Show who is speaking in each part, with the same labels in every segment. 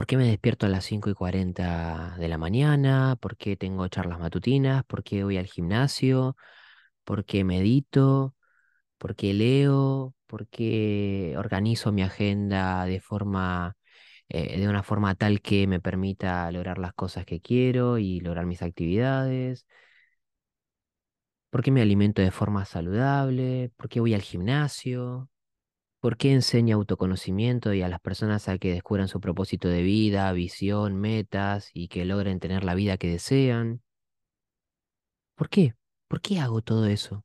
Speaker 1: ¿Por qué me despierto a las 5:40 de la mañana? ¿Por qué tengo charlas matutinas? ¿Por qué voy al gimnasio? ¿Por qué medito? ¿Por qué leo? ¿Por qué organizo mi agenda de una forma tal que me permita lograr las cosas que quiero y lograr mis actividades? ¿Por qué me alimento de forma saludable? ¿Por qué voy al gimnasio? ¿Por qué enseña autoconocimiento y a las personas a que descubran su propósito de vida, visión, metas y que logren tener la vida que desean? ¿Por qué? ¿Por qué hago todo eso?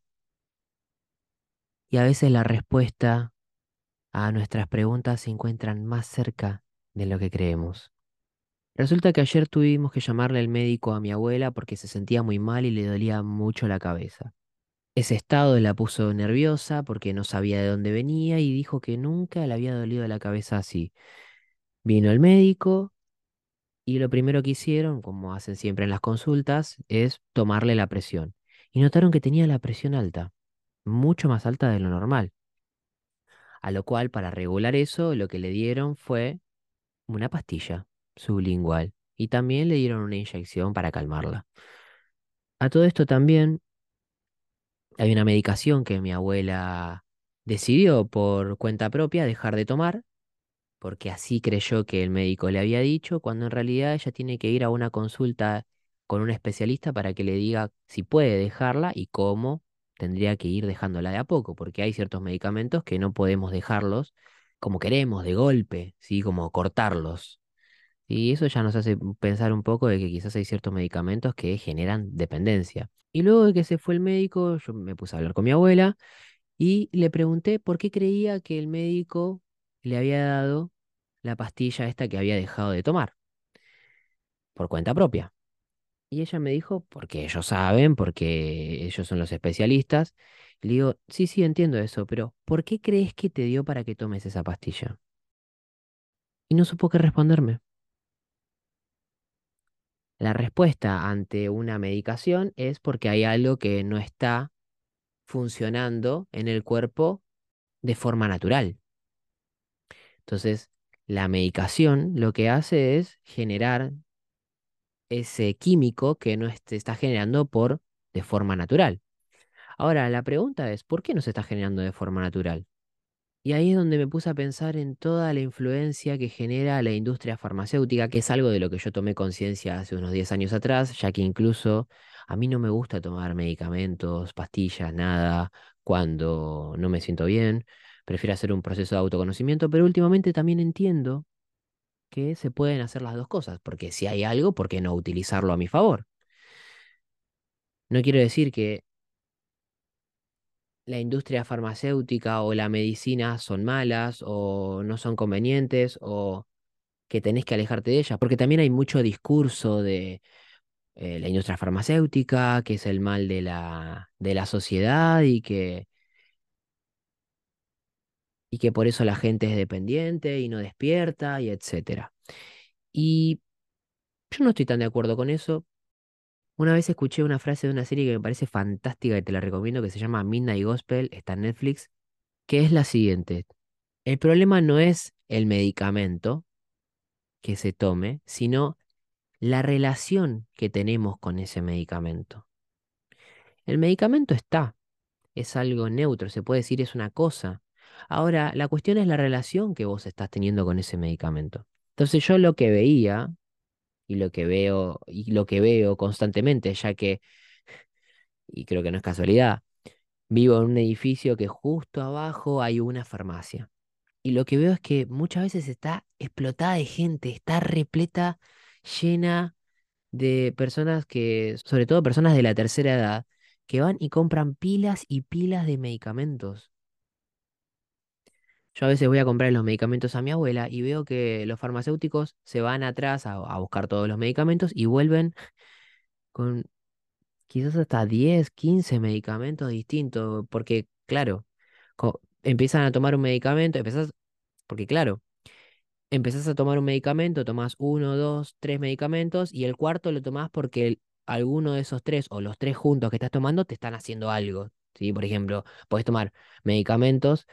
Speaker 1: Y a veces la respuesta a nuestras preguntas se encuentran más cerca de lo que creemos. Resulta que ayer tuvimos que llamarle al médico a mi abuela porque se sentía muy mal y le dolía mucho la cabeza. Ese estado la puso nerviosa porque no sabía de dónde venía y dijo que nunca le había dolido la cabeza así. Vino el médico. Y lo primero que hicieron, como hacen siempre en las consultas, es tomarle la presión. Y notaron que tenía la presión alta, mucho más alta de lo normal. A lo cual, para regular eso, lo que le dieron fue una pastilla sublingual. Y también le dieron una inyección para calmarla. A todo esto también hay una medicación que mi abuela decidió por cuenta propia dejar de tomar porque así creyó que el médico le había dicho, cuando en realidad ella tiene que ir a una consulta con un especialista para que le diga si puede dejarla y cómo tendría que ir dejándola de a poco, porque hay ciertos medicamentos que no podemos dejarlos como queremos, de golpe, ¿sí? Como cortarlos. Y eso ya nos hace pensar un poco de que quizás hay ciertos medicamentos que generan dependencia. Y luego de que se fue el médico, yo me puse a hablar con mi abuela y le pregunté por qué creía que el médico le había dado la pastilla esta que había dejado de tomar, por cuenta propia. Y ella me dijo, porque ellos saben, porque ellos son los especialistas. Le digo, sí, sí, entiendo eso, pero ¿por qué crees que te dio para que tomes esa pastilla? Y no supo qué responderme. La respuesta ante una medicación es porque hay algo que no está funcionando en el cuerpo de forma natural. Entonces, la medicación lo que hace es generar ese químico que no se está generando de forma natural. Ahora, la pregunta es, ¿por qué no se está generando de forma natural? Y ahí es donde me puse a pensar en toda la influencia que genera la industria farmacéutica, que es algo de lo que yo tomé conciencia hace unos 10 años atrás, ya que incluso a mí no me gusta tomar medicamentos, pastillas, nada, cuando no me siento bien. Prefiero hacer un proceso de autoconocimiento, pero últimamente también entiendo que se pueden hacer las dos cosas, porque si hay algo, ¿por qué no utilizarlo a mi favor? No quiero decir que la industria farmacéutica o la medicina son malas o no son convenientes o que tenés que alejarte de ellas, porque también hay mucho discurso de la industria farmacéutica, que es el mal de la sociedad y que por eso la gente es dependiente y no despierta y etcétera. Y yo no estoy tan de acuerdo con eso. Una vez escuché una frase de una serie que me parece fantástica y te la recomiendo, que se llama Midnight Gospel, está en Netflix, que es la siguiente. El problema no es el medicamento que se tome, sino la relación que tenemos con ese medicamento. El medicamento está, es algo neutro, se puede decir es una cosa. Ahora, la cuestión es la relación que vos estás teniendo con ese medicamento. Entonces yo lo que veía y lo que veo constantemente, ya que, y creo que no es casualidad, vivo en un edificio que justo abajo hay una farmacia. Y lo que veo es que muchas veces está explotada de gente, está repleta, llena de personas que, sobre todo personas de la tercera edad, que van y compran pilas y pilas de medicamentos. Yo a veces voy a comprar los medicamentos a mi abuela y veo que los farmacéuticos se van atrás a buscar todos los medicamentos y vuelven con quizás hasta 10 15 medicamentos distintos, porque claro, empiezan a tomar un medicamento, porque claro, empezás a tomar un medicamento, tomás uno, dos, tres medicamentos y el cuarto lo tomás porque alguno de esos tres o los tres juntos que estás tomando te están haciendo algo. ¿Sí? Por ejemplo, podés tomar medicamentos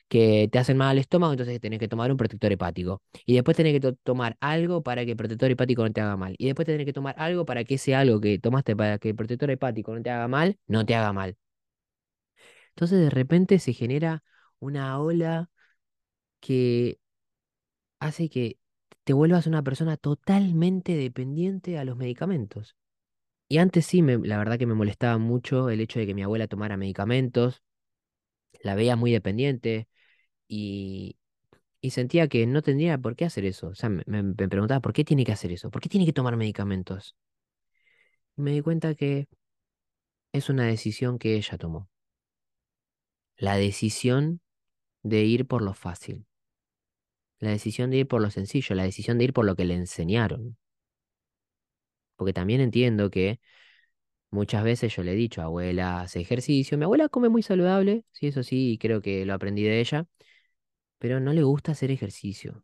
Speaker 1: que te hacen mal al estómago, entonces tenés que tomar un protector hepático. Y después tenés que tomar algo para que el protector hepático no te haga mal. Y después tenés que tomar algo para que ese algo que tomaste para que el protector hepático no te haga mal, no te haga mal. Entonces de repente se genera una ola que hace que te vuelvas una persona totalmente dependiente a los medicamentos. Y antes sí, la verdad que me molestaba mucho el hecho de que mi abuela tomara medicamentos, la veía muy dependiente y, y sentía que no tendría por qué hacer eso. O sea, me preguntaba, ¿por qué tiene que hacer eso? ¿Por qué tiene que tomar medicamentos? Y me di cuenta que es una decisión que ella tomó. La decisión de ir por lo fácil, la decisión de ir por lo sencillo, la decisión de ir por lo que le enseñaron. Porque también entiendo que muchas veces yo le he dicho, abuela, hace ejercicio. Mi abuela come muy saludable, sí, eso sí, y creo que lo aprendí de ella, pero no le gusta hacer ejercicio.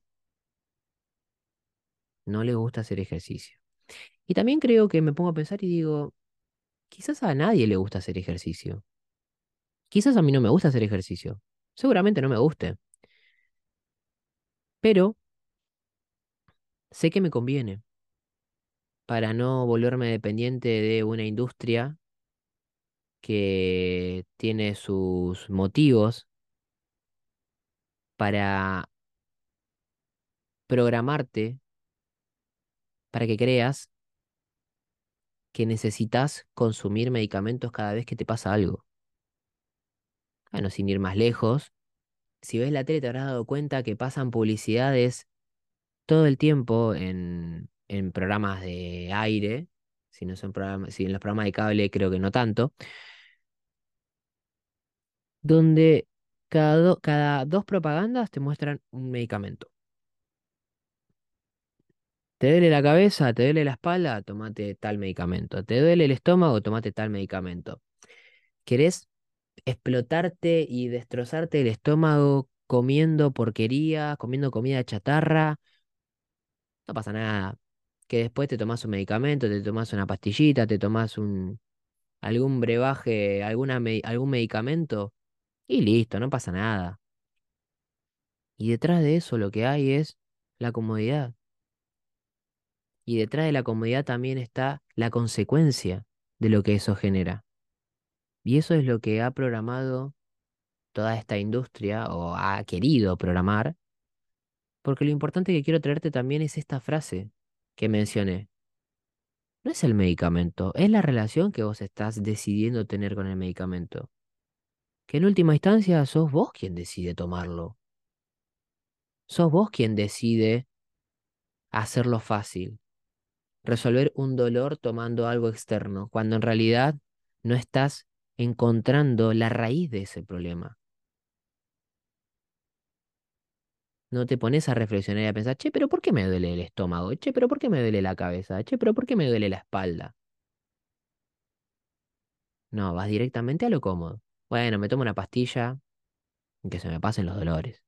Speaker 1: No le gusta hacer ejercicio. Y también creo que me pongo a pensar y digo, quizás a nadie le gusta hacer ejercicio. Quizás a mí no me gusta hacer ejercicio. Seguramente no me guste, pero sé que me conviene para no volverme dependiente de una industria que tiene sus motivos para programarte para que creas que necesitas consumir medicamentos cada vez que te pasa algo. Bueno, sin ir más lejos, si ves la tele te habrás dado cuenta que pasan publicidades todo el tiempo en programas de aire, si no son programas, si en los programas de cable creo que no tanto, donde cada dos propagandas te muestran un medicamento. Te duele la cabeza, te duele la espalda, tomate tal medicamento. Te duele el estómago, tomate tal medicamento. ¿Querés explotarte y destrozarte el estómago comiendo porquería, comiendo comida chatarra? No pasa nada. Que después te tomás un medicamento, te tomás una pastillita, te tomás algún brebaje, algún medicamento y listo, no pasa nada. Y detrás de eso lo que hay es la comodidad. Y detrás de la comodidad también está la consecuencia de lo que eso genera. Y eso es lo que ha programado toda esta industria o ha querido programar, porque lo importante que quiero traerte también es esta frase que mencioné. No es el medicamento, es la relación que vos estás decidiendo tener con el medicamento. Que en última instancia sos vos quien decide tomarlo. Sos vos quien decide hacerlo fácil, resolver un dolor tomando algo externo, cuando en realidad no estás encontrando la raíz de ese problema. No te pones a reflexionar y a pensar, che, pero ¿por qué me duele el estómago? Che, pero ¿por qué me duele la cabeza? Che, pero ¿por qué me duele la espalda? No, vas directamente a lo cómodo. Bueno, me tomo una pastilla y que se me pasen los dolores.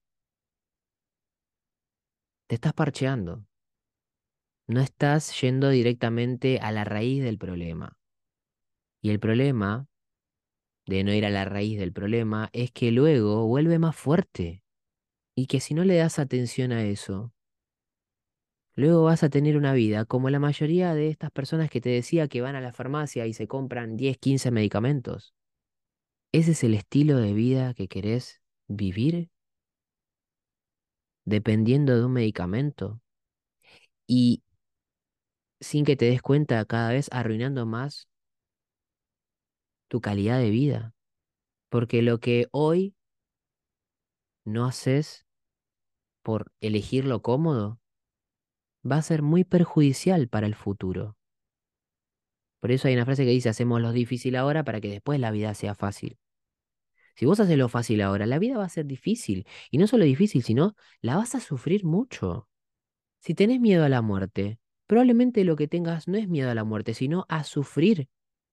Speaker 1: Te estás parcheando. No estás yendo directamente a la raíz del problema. Y el problema de no ir a la raíz del problema es que luego vuelve más fuerte. Y que si no le das atención a eso, luego vas a tener una vida como la mayoría de estas personas que te decía que van a la farmacia y se compran 10, 15 medicamentos. ¿Ese es el estilo de vida que querés vivir dependiendo de un medicamento? Y sin que te des cuenta, cada vez arruinando más tu calidad de vida. Porque lo que hoy no haces por elegir lo cómodo va a ser muy perjudicial para el futuro. Por eso hay una frase que dice, hacemos lo difícil ahora para que después la vida sea fácil. Si vos haces lo fácil ahora, la vida va a ser difícil. Y no solo difícil, sino la vas a sufrir mucho. Si tenés miedo a la muerte, probablemente lo que tengas no es miedo a la muerte, sino a sufrir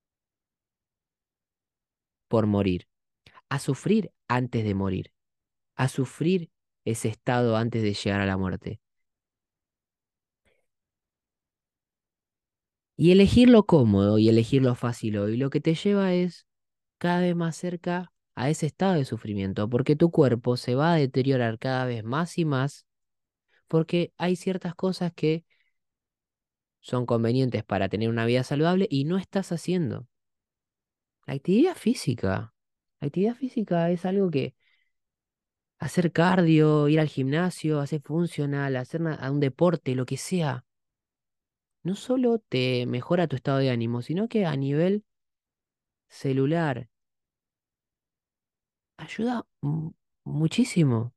Speaker 1: por morir, a sufrir antes de morir, a sufrir ese estado antes de llegar a la muerte. Y elegir lo cómodo y elegir lo fácil hoy, lo que te lleva es cada vez más cerca a ese estado de sufrimiento, porque tu cuerpo se va a deteriorar cada vez más y más, porque hay ciertas cosas que son convenientes para tener una vida saludable y no estás haciendo. La actividad física. La actividad física es algo que hacer cardio, ir al gimnasio, hacer funcional, hacer a un deporte, lo que sea, no solo te mejora tu estado de ánimo, sino que a nivel celular ayuda muchísimo.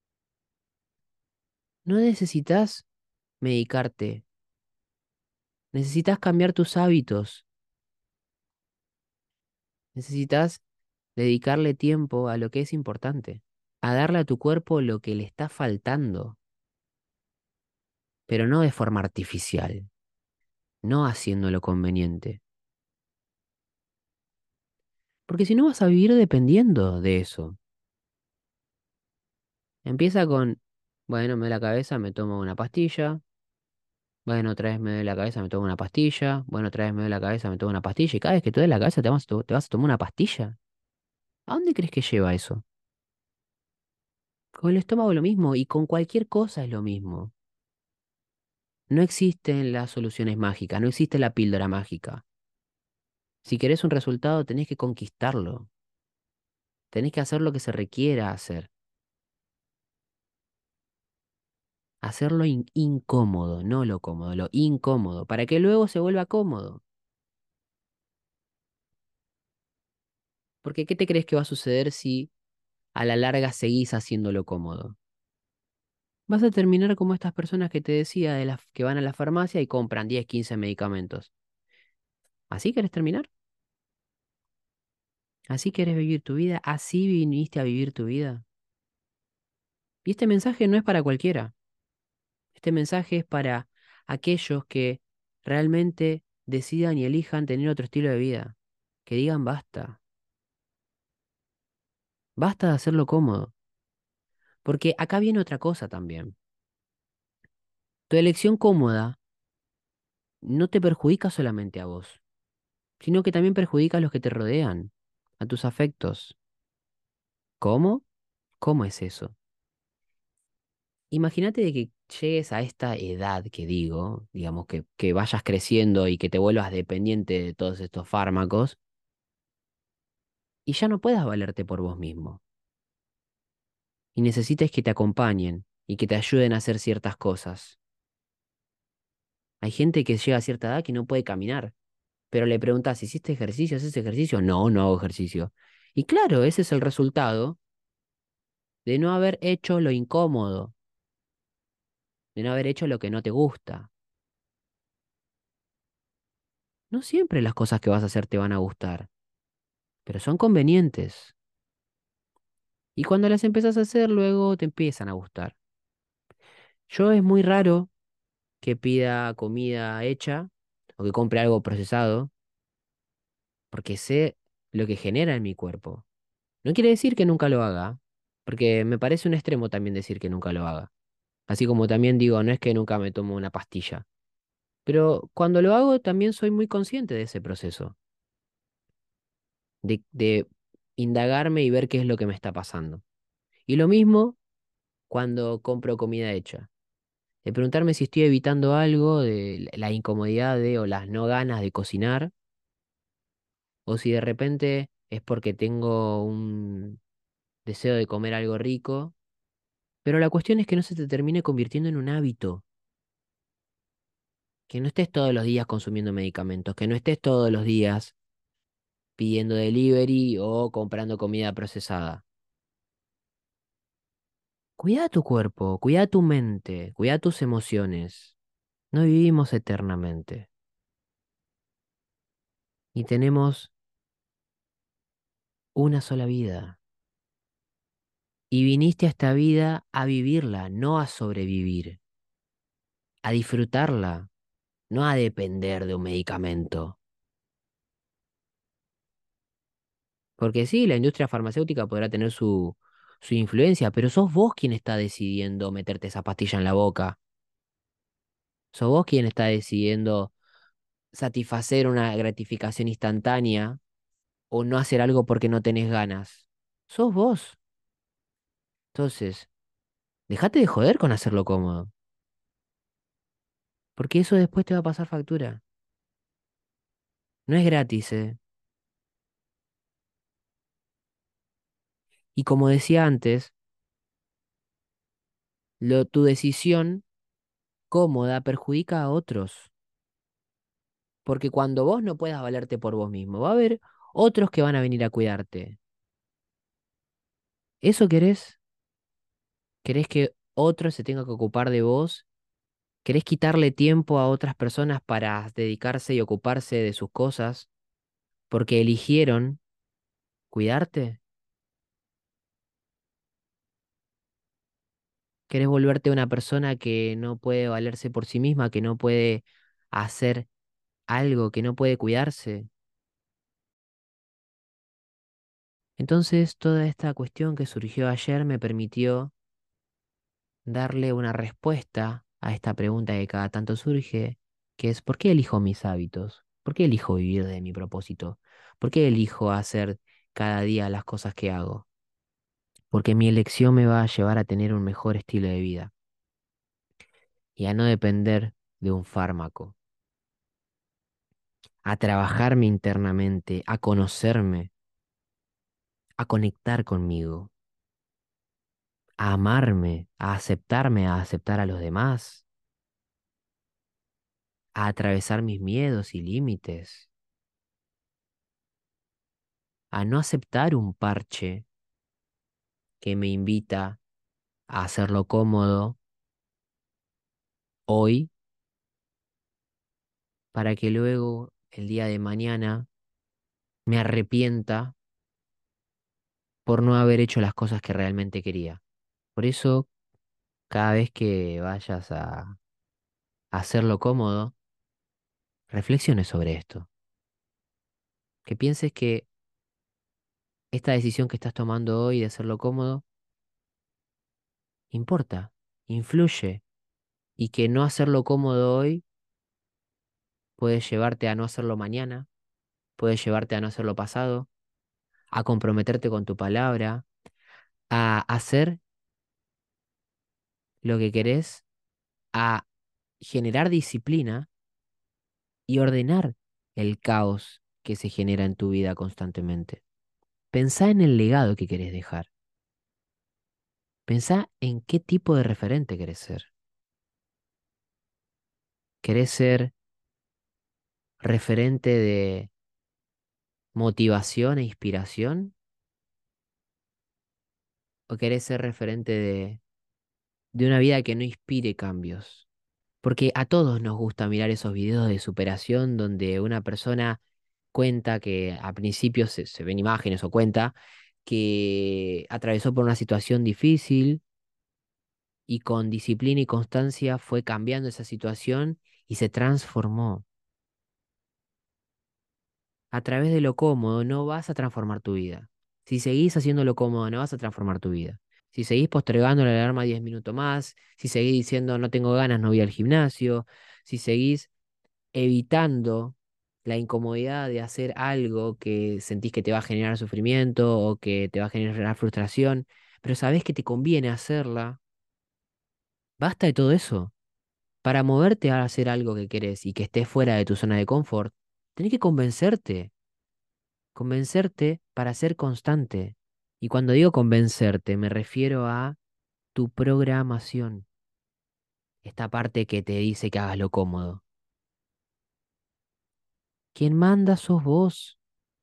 Speaker 1: No necesitas medicarte, necesitas cambiar tus hábitos, necesitas dedicarle tiempo a lo que es importante, a darle a tu cuerpo lo que le está faltando, pero no de forma artificial, no haciéndolo conveniente, porque si no vas a vivir dependiendo de eso. Empieza con, bueno, me duele la cabeza, me tomo una pastilla. Bueno, otra vez me duele la cabeza, me tomo una pastilla. Bueno, otra vez me duele la cabeza, me tomo una pastilla. Y cada vez que te duele la cabeza, te vas a tomar una pastilla. ¿A dónde crees que lleva eso? Con el estómago lo mismo y con cualquier cosa es lo mismo. No existen las soluciones mágicas, no existe la píldora mágica. Si querés un resultado, tenés que conquistarlo. Tenés que hacer lo que se requiera hacer. Hacerlo incómodo, no lo cómodo, lo incómodo, para que luego se vuelva cómodo. Porque ¿qué te crees que va a suceder si a la larga seguís haciéndolo cómodo? Vas a terminar como estas personas que te decía, de las que van a la farmacia y compran 10, 15 medicamentos. ¿Así querés terminar? ¿Así querés vivir tu vida? ¿Así viniste a vivir tu vida? Y este mensaje no es para cualquiera. Este mensaje es para aquellos que realmente decidan y elijan tener otro estilo de vida. Que digan basta. Basta de hacerlo cómodo. Porque acá viene otra cosa también. Tu elección cómoda no te perjudica solamente a vos, sino que también perjudica a los que te rodean, a tus afectos. ¿Cómo? ¿Cómo es eso? Imagínate de que llegues a esta edad que digo, digamos que vayas creciendo y que te vuelvas dependiente de todos estos fármacos y ya no puedas valerte por vos mismo y necesites que te acompañen y que te ayuden a hacer ciertas cosas. Hay gente que llega a cierta edad que no puede caminar, pero le preguntas, ¿hiciste ejercicio? ¿Haces ejercicio? No, no hago ejercicio. Y claro, ese es el resultado de no haber hecho lo incómodo, de no haber hecho lo que no te gusta. No siempre las cosas que vas a hacer te van a gustar, pero son convenientes. Y cuando las empezás a hacer, luego te empiezan a gustar. Yo es muy raro que pida comida hecha o que compre algo procesado, porque sé lo que genera en mi cuerpo. No quiere decir que nunca lo haga, porque me parece un extremo también decir que nunca lo haga. Así como también digo, no es que nunca me tomo una pastilla. Pero cuando lo hago también soy muy consciente de ese proceso, de indagarme y ver qué es lo que me está pasando. Y lo mismo cuando compro comida hecha. De preguntarme si estoy evitando algo de la incomodidad de o las no ganas de cocinar, o si de repente es porque tengo un deseo de comer algo rico, pero la cuestión es que no se te termine convirtiendo en un hábito, que no estés todos los días consumiendo medicamentos, que no estés todos los días pidiendo delivery o comprando comida procesada. Cuida tu cuerpo, cuida tu mente, cuida tus emociones. No vivimos eternamente y tenemos una sola vida. Y viniste a esta vida a vivirla, no a sobrevivir, a disfrutarla, no a depender de un medicamento. Porque sí, la industria farmacéutica podrá tener su influencia, pero sos vos quien está decidiendo meterte esa pastilla en la boca. Sos vos quien está decidiendo satisfacer una gratificación instantánea o no hacer algo porque no tenés ganas. sos vos. Entonces, dejate de joder con hacerlo cómodo, porque eso después te va a pasar factura. No es gratis, ¿eh? Y como decía antes, tu decisión cómoda perjudica a otros, porque cuando vos no puedas valerte por vos mismo, va a haber otros que van a venir a cuidarte. ¿Eso querés? ¿Querés que otro se tenga que ocupar de vos? ¿Querés quitarle tiempo a otras personas para dedicarse y ocuparse de sus cosas porque eligieron cuidarte? ¿Querés volverte una persona que no puede valerse por sí misma, que no puede hacer algo, que no puede cuidarse? Entonces, toda esta cuestión que surgió ayer me permitió darle una respuesta a esta pregunta que cada tanto surge, que es ¿por qué elijo mis hábitos? ¿Por qué elijo vivir de mi propósito? ¿Por qué elijo hacer cada día las cosas que hago? Porque mi elección me va a llevar a tener un mejor estilo de vida y a no depender de un fármaco, a trabajarme internamente, a conocerme, a conectar conmigo, a amarme, a aceptar a los demás, a atravesar mis miedos y límites, a no aceptar un parche que me invita a hacerlo cómodo hoy para que luego, el día de mañana, me arrepienta por no haber hecho las cosas que realmente quería. Por eso, cada vez que vayas a hacerlo cómodo, reflexiones sobre esto. Que pienses que esta decisión que estás tomando hoy de hacerlo cómodo importa, influye, y que no hacerlo cómodo hoy puede llevarte a no hacerlo mañana, puede llevarte a no hacerlo pasado, a comprometerte con tu palabra, a hacer lo que querés, a generar disciplina y ordenar el caos que se genera en tu vida constantemente. Pensá en el legado que querés dejar. Pensá en qué tipo de referente querés ser. ¿Querés ser referente de motivación e inspiración? ¿O querés ser referente de una vida que no inspire cambios? Porque a todos nos gusta mirar esos videos de superación donde una persona cuenta que a principio se ven imágenes o cuenta que atravesó por una situación difícil y con disciplina y constancia fue cambiando esa situación y se transformó. A través de lo cómodo no vas a transformar tu vida. Si seguís haciendo lo cómodo, no vas a transformar tu vida. Si seguís postergando la alarma 10 minutos más, si seguís diciendo no tengo ganas, no voy al gimnasio, si seguís evitando la incomodidad de hacer algo que sentís que te va a generar sufrimiento o que te va a generar frustración, pero sabés que te conviene hacerla, basta de todo eso. Para moverte a hacer algo que querés y que estés fuera de tu zona de confort, tenés que convencerte para ser constante. Y cuando digo convencerte, me refiero a tu programación, esta parte que te dice que hagas lo cómodo. Quien manda sos vos.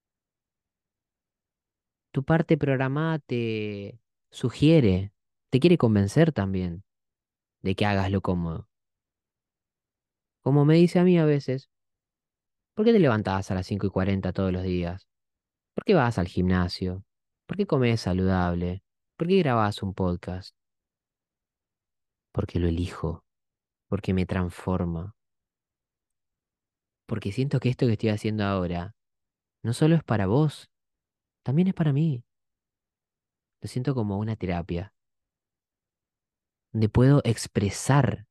Speaker 1: Tu parte programada te sugiere, te quiere convencer también de que hagas lo cómodo. Como me dice a mí a veces, ¿por qué te levantás a las 5:40 todos los días? ¿Por qué vas al gimnasio? ¿Por qué comes saludable? ¿Por qué grabás un podcast? Porque lo elijo, porque me transforma, porque siento que esto que estoy haciendo ahora no solo es para vos, también es para mí. Lo siento como una terapia, donde puedo expresar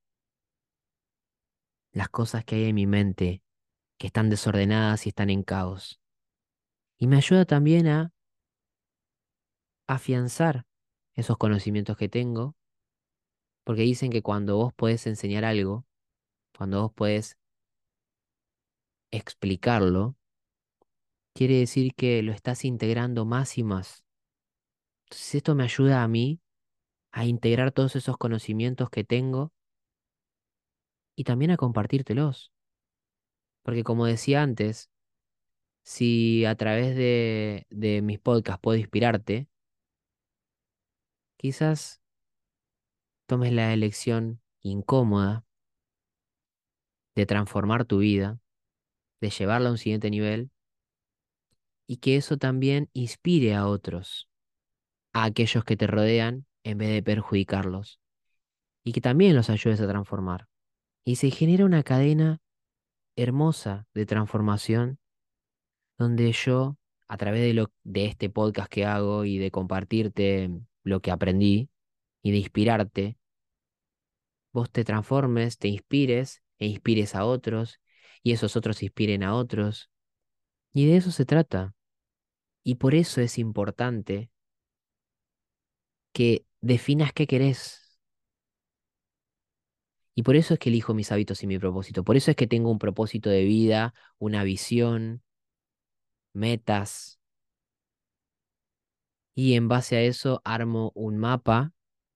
Speaker 1: las cosas que hay en mi mente, que están desordenadas y están en caos. Y me ayuda también a afianzar esos conocimientos que tengo, porque dicen que cuando vos podés enseñar algo, cuando vos podés explicarlo, quiere decir que lo estás integrando más y más. Entonces esto me ayuda a mí a integrar todos esos conocimientos que tengo y también a compartírtelos. Porque como decía antes, si a través de mis podcasts puedo inspirarte, quizás tomes la elección incómoda de transformar tu vida, de llevarla a un siguiente nivel y que eso también inspire a otros, a aquellos que te rodean en vez de perjudicarlos y que también los ayudes a transformar. Y se genera una cadena hermosa de transformación donde yo, a través de este podcast que hago y de compartirte lo que aprendí y de inspirarte, vos te transformes, te inspires e inspires a otros y esos otros inspiren a otros. Y de eso se trata. Y por eso es importante que definas qué querés. Y por eso es que elijo mis hábitos y mi propósito. Por eso es que tengo un propósito de vida, una visión, metas. Y en base a eso armo un mapa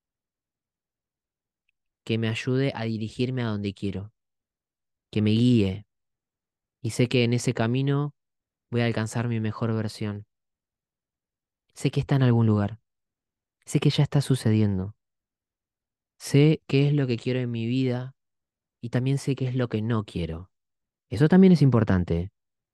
Speaker 1: que me ayude a dirigirme a donde quiero, que me guíe. Y sé que en ese camino voy a alcanzar mi mejor versión. Sé que está en algún lugar. Sé que ya está sucediendo. Sé qué es lo que quiero en mi vida y también sé qué es lo que no quiero. Eso también es importante.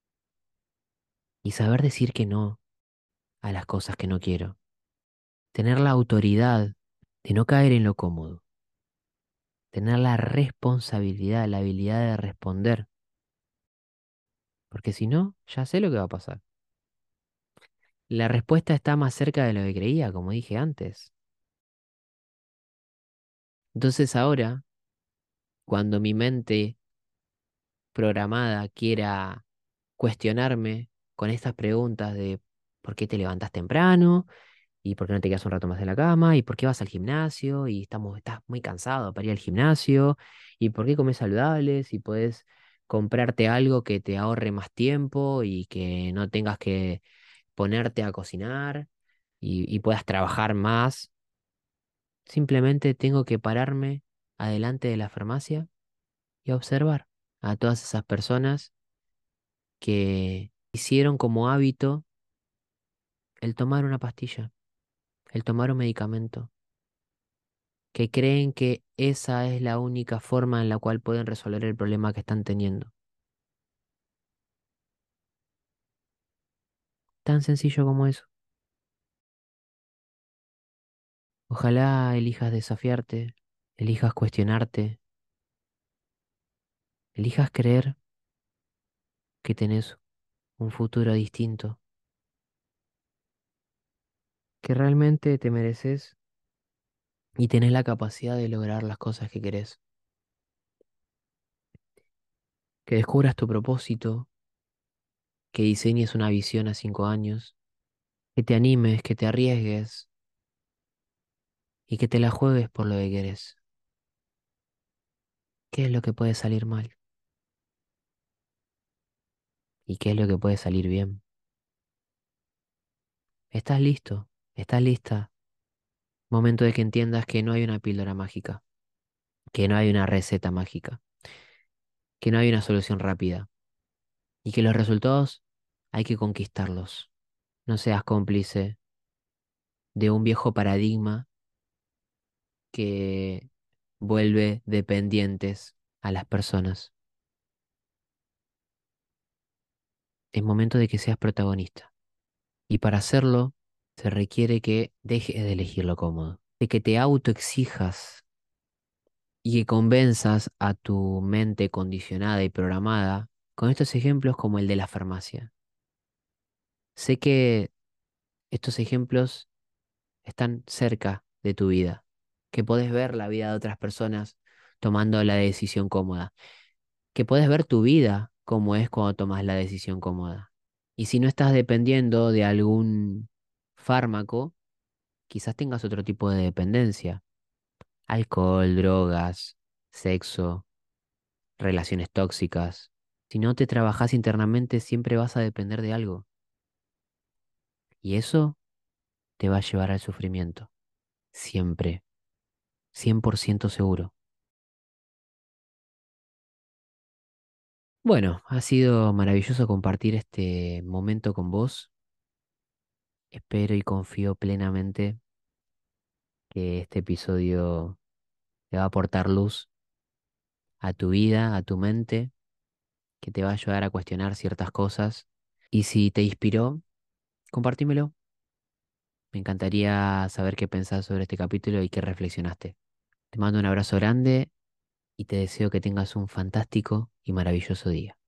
Speaker 1: Y saber decir que no a las cosas que no quiero. Tener la autoridad de no caer en lo cómodo. Tener la responsabilidad, la habilidad de responder. Porque si no, ya sé lo que va a pasar. La respuesta está más cerca de lo que creía, como dije antes. Entonces ahora, cuando mi mente programada quiera cuestionarme con estas preguntas de por qué te levantas temprano y por qué no te quedas un rato más en la cama y por qué vas al gimnasio y estás muy cansado para ir al gimnasio y por qué comes saludable si puedes comprarte algo que te ahorre más tiempo y que no tengas que ponerte a cocinar y puedas trabajar más. Simplemente tengo que pararme adelante de la farmacia y observar a todas esas personas que hicieron como hábito el tomar una pastilla, el tomar un medicamento, que creen que esa es la única forma en la cual pueden resolver el problema que están teniendo. Tan sencillo como eso. Ojalá elijas desafiarte, elijas cuestionarte, elijas creer que tenés un futuro distinto, que realmente te mereces y tenés la capacidad de lograr las cosas que querés, que descubras tu propósito, que diseñes una visión a 5 años, que te animes, que te arriesgues y que te la juegues por lo que querés. ¿Qué es lo que puede salir mal? ¿Y qué es lo que puede salir bien? ¿Estás listo? ¿Estás lista? Momento de que entiendas que no hay una píldora mágica, que no hay una receta mágica, que no hay una solución rápida y que los resultados hay que conquistarlos. No seas cómplice de un viejo paradigma que vuelve dependientes a las personas. Es momento de que seas protagonista. Y para hacerlo, se requiere que dejes de elegir lo cómodo, de que te autoexijas y que convenzas a tu mente condicionada y programada con estos ejemplos como el de la farmacia. Sé que estos ejemplos están cerca de tu vida, que podés ver la vida de otras personas tomando la decisión cómoda, que podés ver tu vida como es cuando tomas la decisión cómoda. Y si no estás dependiendo de algún fármaco, quizás tengas otro tipo de dependencia. Alcohol, drogas, sexo, relaciones tóxicas. Si no te trabajas internamente, siempre vas a depender de algo. Y eso te va a llevar al sufrimiento. Siempre. 100% seguro. Bueno, ha sido maravilloso compartir este momento con vos. Espero y confío plenamente que este episodio te va a aportar luz a tu vida, a tu mente, que te va a ayudar a cuestionar ciertas cosas. Y si te inspiró, compártimelo. Me encantaría saber qué pensás sobre este capítulo y qué reflexionaste. Te mando un abrazo grande y te deseo que tengas un fantástico y maravilloso día.